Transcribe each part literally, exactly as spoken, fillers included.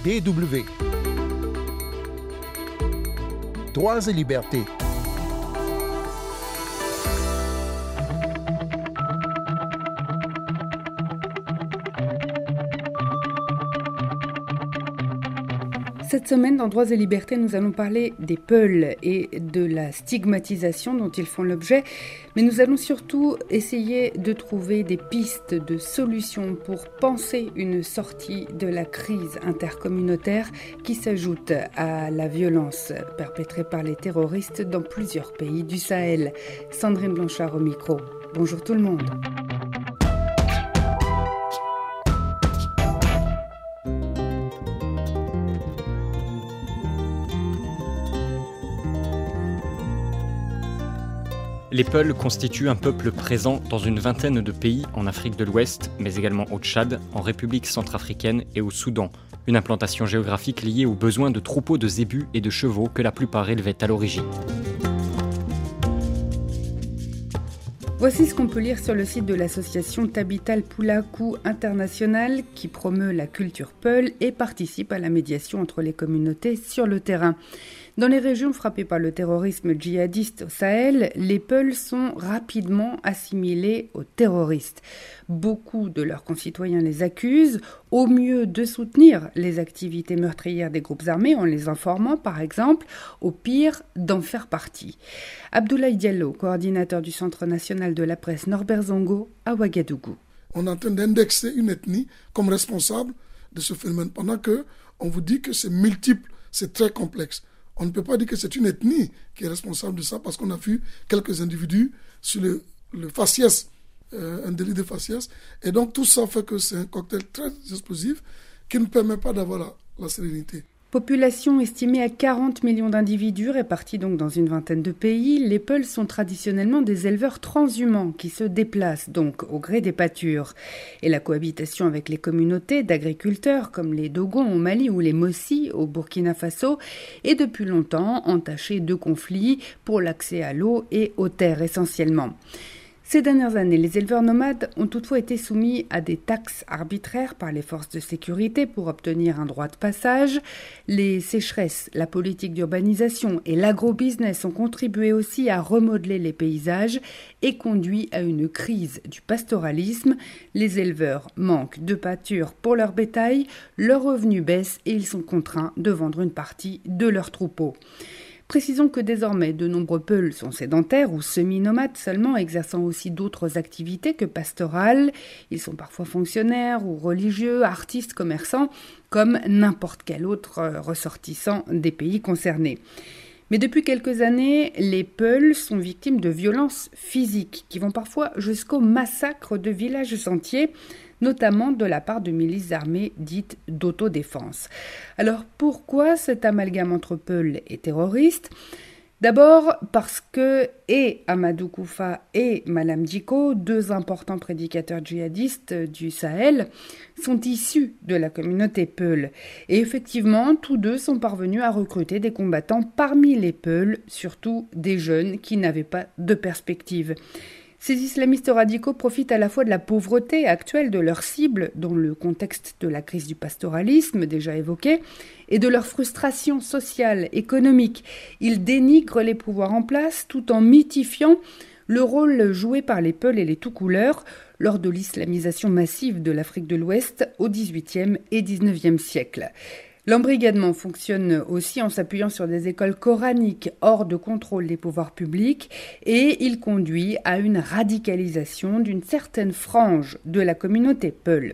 D W. Droits et libertés. Cette semaine, dans Droits et Libertés, nous allons parler des Peuls et de la stigmatisation dont ils font l'objet. Mais nous allons surtout essayer de trouver des pistes de solutions pour penser une sortie de la crise intercommunautaire qui s'ajoute à la violence perpétrée par les terroristes dans plusieurs pays du Sahel. Sandrine Blanchard au micro. Bonjour tout le monde. Les Peuls constituent un peuple présent dans une vingtaine de pays en Afrique de l'Ouest, mais également au Tchad, en République centrafricaine et au Soudan. Une implantation géographique liée aux besoins de troupeaux de zébus et de chevaux que la plupart élevaient à l'origine. Voici ce qu'on peut lire sur le site de l'association Tabital Poulakou International qui promeut la culture Peul et participe à la médiation entre les communautés sur le terrain. Dans les régions frappées par le terrorisme djihadiste au Sahel, les Peuls sont rapidement assimilés aux terroristes. Beaucoup de leurs concitoyens les accusent, au mieux de soutenir les activités meurtrières des groupes armés en les informant, par exemple, au pire d'en faire partie. Abdoulaye Diallo, coordinateur du Centre national de la presse Norbert Zongo à Ouagadougou. On est en train d'indexer une ethnie comme responsable de ce phénomène, pendant qu'on vous dit que c'est multiple, c'est très complexe. On ne peut pas dire que c'est une ethnie qui est responsable de ça parce qu'on a vu quelques individus sur le, le faciès, euh, un délit de faciès. Et donc tout ça fait que c'est un cocktail très explosif qui ne permet pas d'avoir la, la sérénité. Population estimée à quarante millions d'individus répartis donc dans une vingtaine de pays, les Peuls sont traditionnellement des éleveurs transhumants qui se déplacent donc au gré des pâtures. Et la cohabitation avec les communautés d'agriculteurs comme les Dogons au Mali ou les Mossi au Burkina Faso est depuis longtemps entachée de conflits pour l'accès à l'eau et aux terres essentiellement. Ces dernières années, les éleveurs nomades ont toutefois été soumis à des taxes arbitraires par les forces de sécurité pour obtenir un droit de passage. Les sécheresses, la politique d'urbanisation et l'agrobusiness ont contribué aussi à remodeler les paysages et conduit à une crise du pastoralisme. Les éleveurs manquent de pâture pour leur bétail, leurs revenus baissent et ils sont contraints de vendre une partie de leurs troupeaux. Précisons que désormais, de nombreux Peuls sont sédentaires ou semi-nomades seulement, exerçant aussi d'autres activités que pastorales. Ils sont parfois fonctionnaires ou religieux, artistes, commerçants, comme n'importe quel autre ressortissant des pays concernés. Mais depuis quelques années, les Peuls sont victimes de violences physiques qui vont parfois jusqu'au massacre de villages entiers, notamment de la part de milices armées dites d'autodéfense. Alors pourquoi cet amalgame entre Peuls et terroristes ? D'abord parce que et Amadou Koufa et Malam Dicko, deux importants prédicateurs djihadistes du Sahel, sont issus de la communauté Peul. Et effectivement, tous deux sont parvenus à recruter des combattants parmi les Peuls, surtout des jeunes qui n'avaient pas de perspective. Ces islamistes radicaux profitent à la fois de la pauvreté actuelle de leurs cibles, dans le contexte de la crise du pastoralisme déjà évoqué, et de leur frustration sociale, économique. Ils dénigrent les pouvoirs en place tout en mythifiant le rôle joué par les Peuls et les tout-couleurs lors de l'islamisation massive de l'Afrique de l'Ouest au dix-huitième et dix-neuvième siècle. L'embrigadement fonctionne aussi en s'appuyant sur des écoles coraniques hors de contrôle des pouvoirs publics et il conduit à une radicalisation d'une certaine frange de la communauté Peul.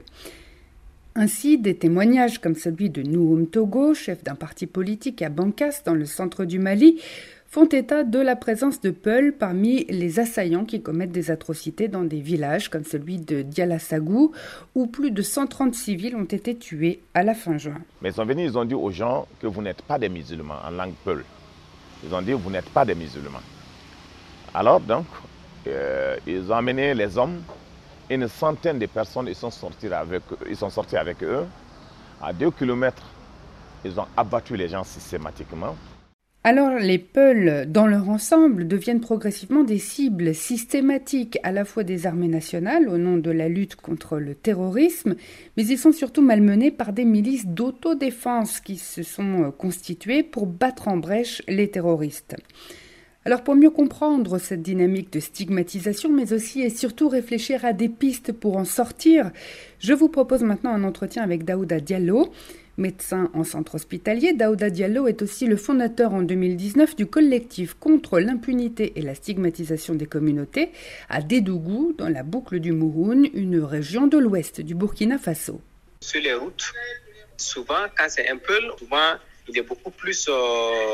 Ainsi, des témoignages comme celui de Nouhoum Togo, chef d'un parti politique à Bankas dans le centre du Mali, font état de la présence de Peuls parmi les assaillants qui commettent des atrocités dans des villages comme celui de Dialassagou, où plus de cent trente civils ont été tués à la fin juin. Mais ils sont venus, ils ont dit aux gens que vous n'êtes pas des musulmans, en langue Peul. Ils ont dit vous n'êtes pas des musulmans. Alors donc, euh, ils ont amené les hommes, une centaine de personnes, ils sont sortis avec, ils sont sortis avec eux. À deux kilomètres, ils ont abattu les gens systématiquement. Alors, les Peuls, dans leur ensemble, deviennent progressivement des cibles systématiques à la fois des armées nationales au nom de la lutte contre le terrorisme, mais ils sont surtout malmenés par des milices d'autodéfense qui se sont constituées pour battre en brèche les terroristes. Alors, pour mieux comprendre cette dynamique de stigmatisation, mais aussi et surtout réfléchir à des pistes pour en sortir, je vous propose maintenant un entretien avec Daouda Diallo. Médecin en centre hospitalier, Daouda Diallo est aussi le fondateur en deux mille dix-neuf du collectif contre l'impunité et la stigmatisation des communautés à Dédougou, dans la boucle du Mouroun, une région de l'ouest du Burkina Faso. Sur les routes, souvent, quand c'est un Peul, souvent, il est beaucoup plus euh,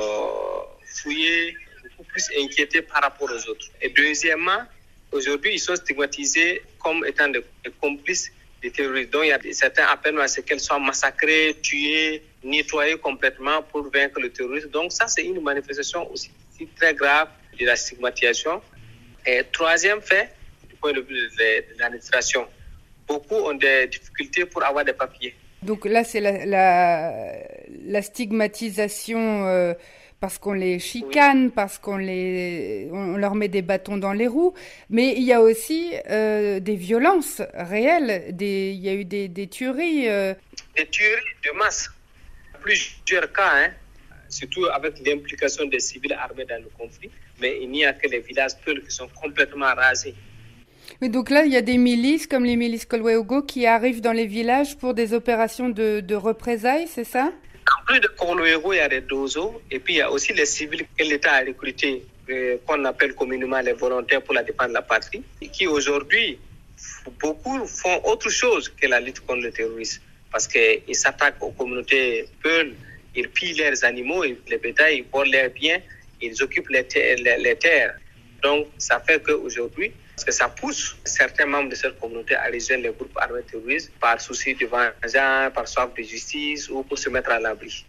fouillé, beaucoup plus inquiété par rapport aux autres. Et deuxièmement, aujourd'hui, ils sont stigmatisés comme étant des, des complices des terroristes. Donc, il y a certains appellent à ce qu'elles soient massacrées, tuées, nettoyées complètement pour vaincre le terrorisme. Donc, ça, c'est une manifestation aussi très grave de la stigmatisation. Et troisième fait, du point de vue de l'administration, beaucoup ont des difficultés pour avoir des papiers. Donc là, c'est la, la, la stigmatisation euh, parce qu'on les chicane, oui. parce qu'on les, on leur met des bâtons dans les roues. Mais il y a aussi euh, des violences réelles. Des, il y a eu des, des tueries. Euh... Des tueries de masse. Plusieurs cas, hein, surtout avec l'implication des civils armés dans le conflit. Mais il n'y a que les villages Peuls qui sont complètement rasés. Mais donc là, il y a des milices, comme les milices Kolweogo, qui arrivent dans les villages pour des opérations de, de représailles, c'est ça ? En plus de Kolweogo, il y a des Dozo, et puis il y a aussi les civils que l'État a recrutés, euh, qu'on appelle communément les volontaires pour la défense de la patrie, et qui aujourd'hui, beaucoup font autre chose que la lutte contre le terrorisme, parce qu'ils s'attaquent aux communautés Peuls, ils pillent leurs animaux, les bétails, ils volent leurs biens, ils occupent les, ter- les, les terres. Donc, ça fait qu'aujourd'hui, parce que ça pousse certains membres de cette communauté à rejoindre les groupes armés terroristes par souci de vengeance, par soif de justice ou pour se mettre à l'abri.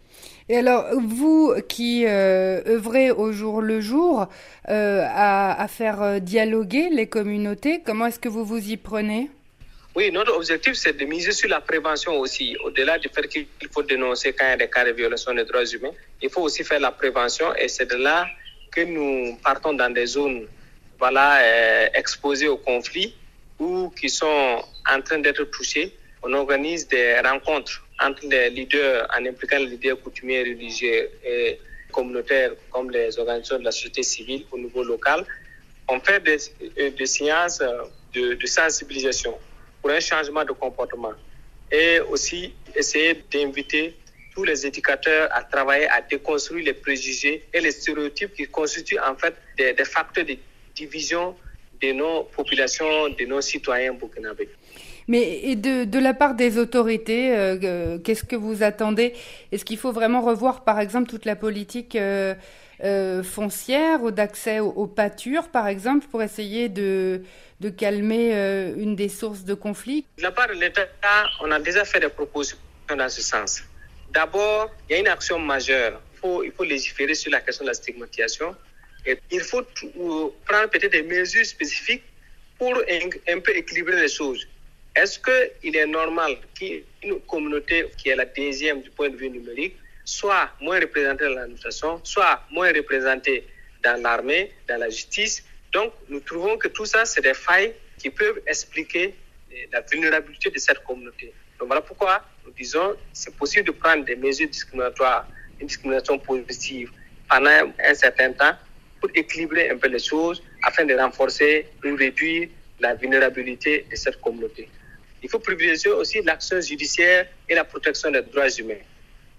Et alors, vous qui euh, œuvrez au jour le jour euh, à, à faire dialoguer les communautés, comment est-ce que vous vous y prenez ? Oui, notre objectif, c'est de miser sur la prévention aussi. Au-delà du fait qu'il faut dénoncer quand il y a des cas de violation des droits humains, il faut aussi faire la prévention et c'est de là que nous partons dans des zones voilà, euh, exposés au conflit ou qui sont en train d'être touchés. On organise des rencontres entre les leaders, en impliquant les leaders coutumiers, religieux et communautaires, comme les organisations de la société civile au niveau local. On fait des, des séances de, de sensibilisation pour un changement de comportement et aussi essayer d'inviter tous les éducateurs à travailler à déconstruire les préjugés et les stéréotypes qui constituent en fait des, des facteurs de division de nos populations, de nos citoyens burkinabés. Mais et de, de la part des autorités, euh, qu'est-ce que vous attendez ? Est-ce qu'il faut vraiment revoir, par exemple, toute la politique euh, euh, foncière ou d'accès aux, aux pâtures, par exemple, pour essayer de, de calmer euh, une des sources de conflit ? De la part de l'État, on a déjà fait des propositions dans ce sens. D'abord, il y a une action majeure. Il faut, il faut légiférer sur la question de la stigmatisation. Et il faut prendre peut-être des mesures spécifiques pour un, un peu équilibrer les choses. Est-ce qu'il est normal qu'une communauté qui est la deuxième du point de vue numérique soit moins représentée dans l'administration, soit moins représentée dans l'armée, dans la justice? Donc, nous trouvons que tout ça, c'est des failles qui peuvent expliquer la vulnérabilité de cette communauté. Donc, voilà pourquoi nous disons que c'est possible de prendre des mesures discriminatoires, une discrimination positive pendant un certain temps pour équilibrer un peu les choses afin de renforcer ou réduire la vulnérabilité de cette communauté. Il faut privilégier aussi l'action judiciaire et la protection des droits humains. Pourquoi ?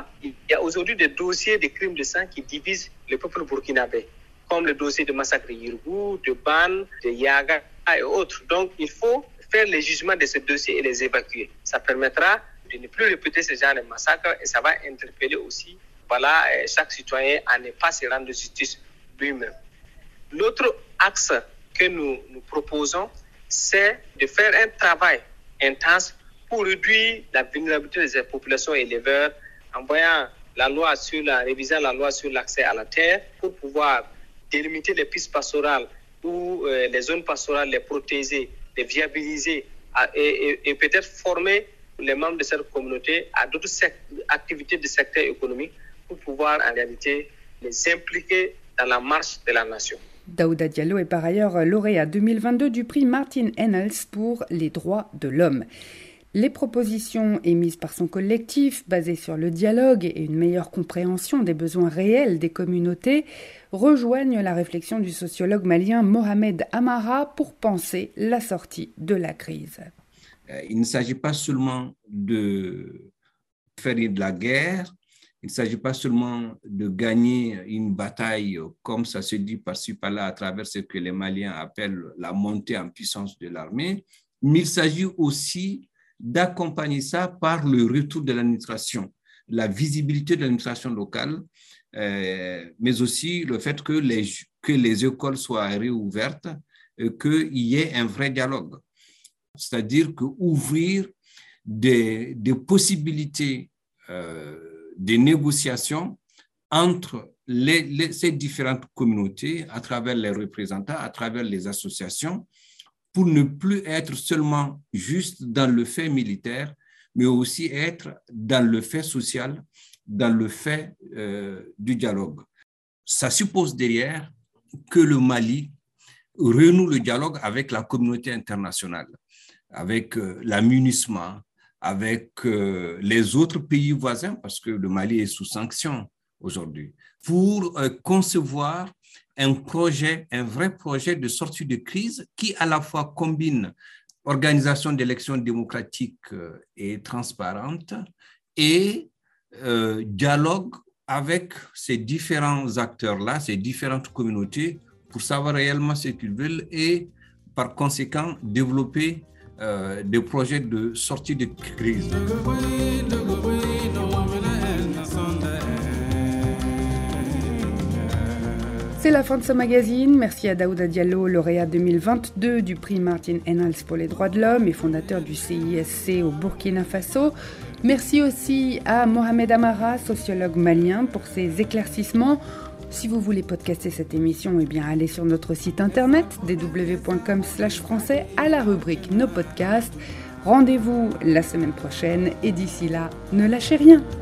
Il y a aujourd'hui des dossiers de crimes de sang qui divisent le peuple burkinabé, comme le dossier de massacre de Yirgou, de Ban, de Yaga et autres. Donc, il faut faire le jugement de ces dossiers et les évacuer. Ça permettra de ne plus répéter ce genre de massacres et ça va interpeller aussi voilà, chaque citoyen à ne pas se rendre justice lui-même. L'autre axe que nous, nous proposons, c'est de faire un travail intense pour réduire la vulnérabilité des populations éleveurs en voyant la loi sur la révisant la loi sur l'accès à la terre pour pouvoir délimiter les pistes pastorales ou euh, les zones pastorales, les protéger, les viabiliser à, et, et, et peut-être former les membres de cette communauté à d'autres sect- activités du secteur économique pour pouvoir en réalité les impliquer dans la marche de la nation. Daouda Diallo est par ailleurs lauréat deux mille vingt-deux du prix Martin Ennals pour les droits de l'homme. Les propositions émises par son collectif, basées sur le dialogue et une meilleure compréhension des besoins réels des communautés, rejoignent la réflexion du sociologue malien Mohamed Amara pour penser la sortie de la crise. Il ne s'agit pas seulement de faire de la guerre, il ne s'agit pas seulement de gagner une bataille, comme ça se dit par-ci par-là, à travers ce que les Maliens appellent la montée en puissance de l'armée, mais il s'agit aussi d'accompagner ça par le retour de l'administration, la visibilité de l'administration locale, euh, mais aussi le fait que les, que les écoles soient réouvertes, euh, qu'il y ait un vrai dialogue. C'est-à-dire qu'ouvrir des, des possibilités euh, de négociations entre les, les, ces différentes communautés, à travers les représentants, à travers les associations, pour ne plus être seulement juste dans le fait militaire, mais aussi être dans le fait social, dans le fait euh, du dialogue. Ça suppose derrière que le Mali renoue le dialogue avec la communauté internationale, avec euh, la MINUSMA, avec euh, les autres pays voisins, parce que le Mali est sous sanction aujourd'hui, pour euh, concevoir un projet, un vrai projet de sortie de crise qui à la fois combine organisation d'élections démocratiques et transparentes et euh, dialogue avec ces différents acteurs-là, ces différentes communautés pour savoir réellement ce qu'ils veulent et par conséquent développer euh, des projets de sortie de crise. C'est la fin de ce magazine. Merci à Daouda Diallo, lauréat deux mille vingt-deux du prix Martin Ennals pour les droits de l'homme et fondateur du C I S C au Burkina Faso. Merci aussi à Mohamed Amara, sociologue malien, pour ses éclaircissements. Si vous voulez podcaster cette émission, eh bien allez sur notre site internet d w point com slash français à la rubrique Nos podcasts. Rendez-vous la semaine prochaine et d'ici là, ne lâchez rien.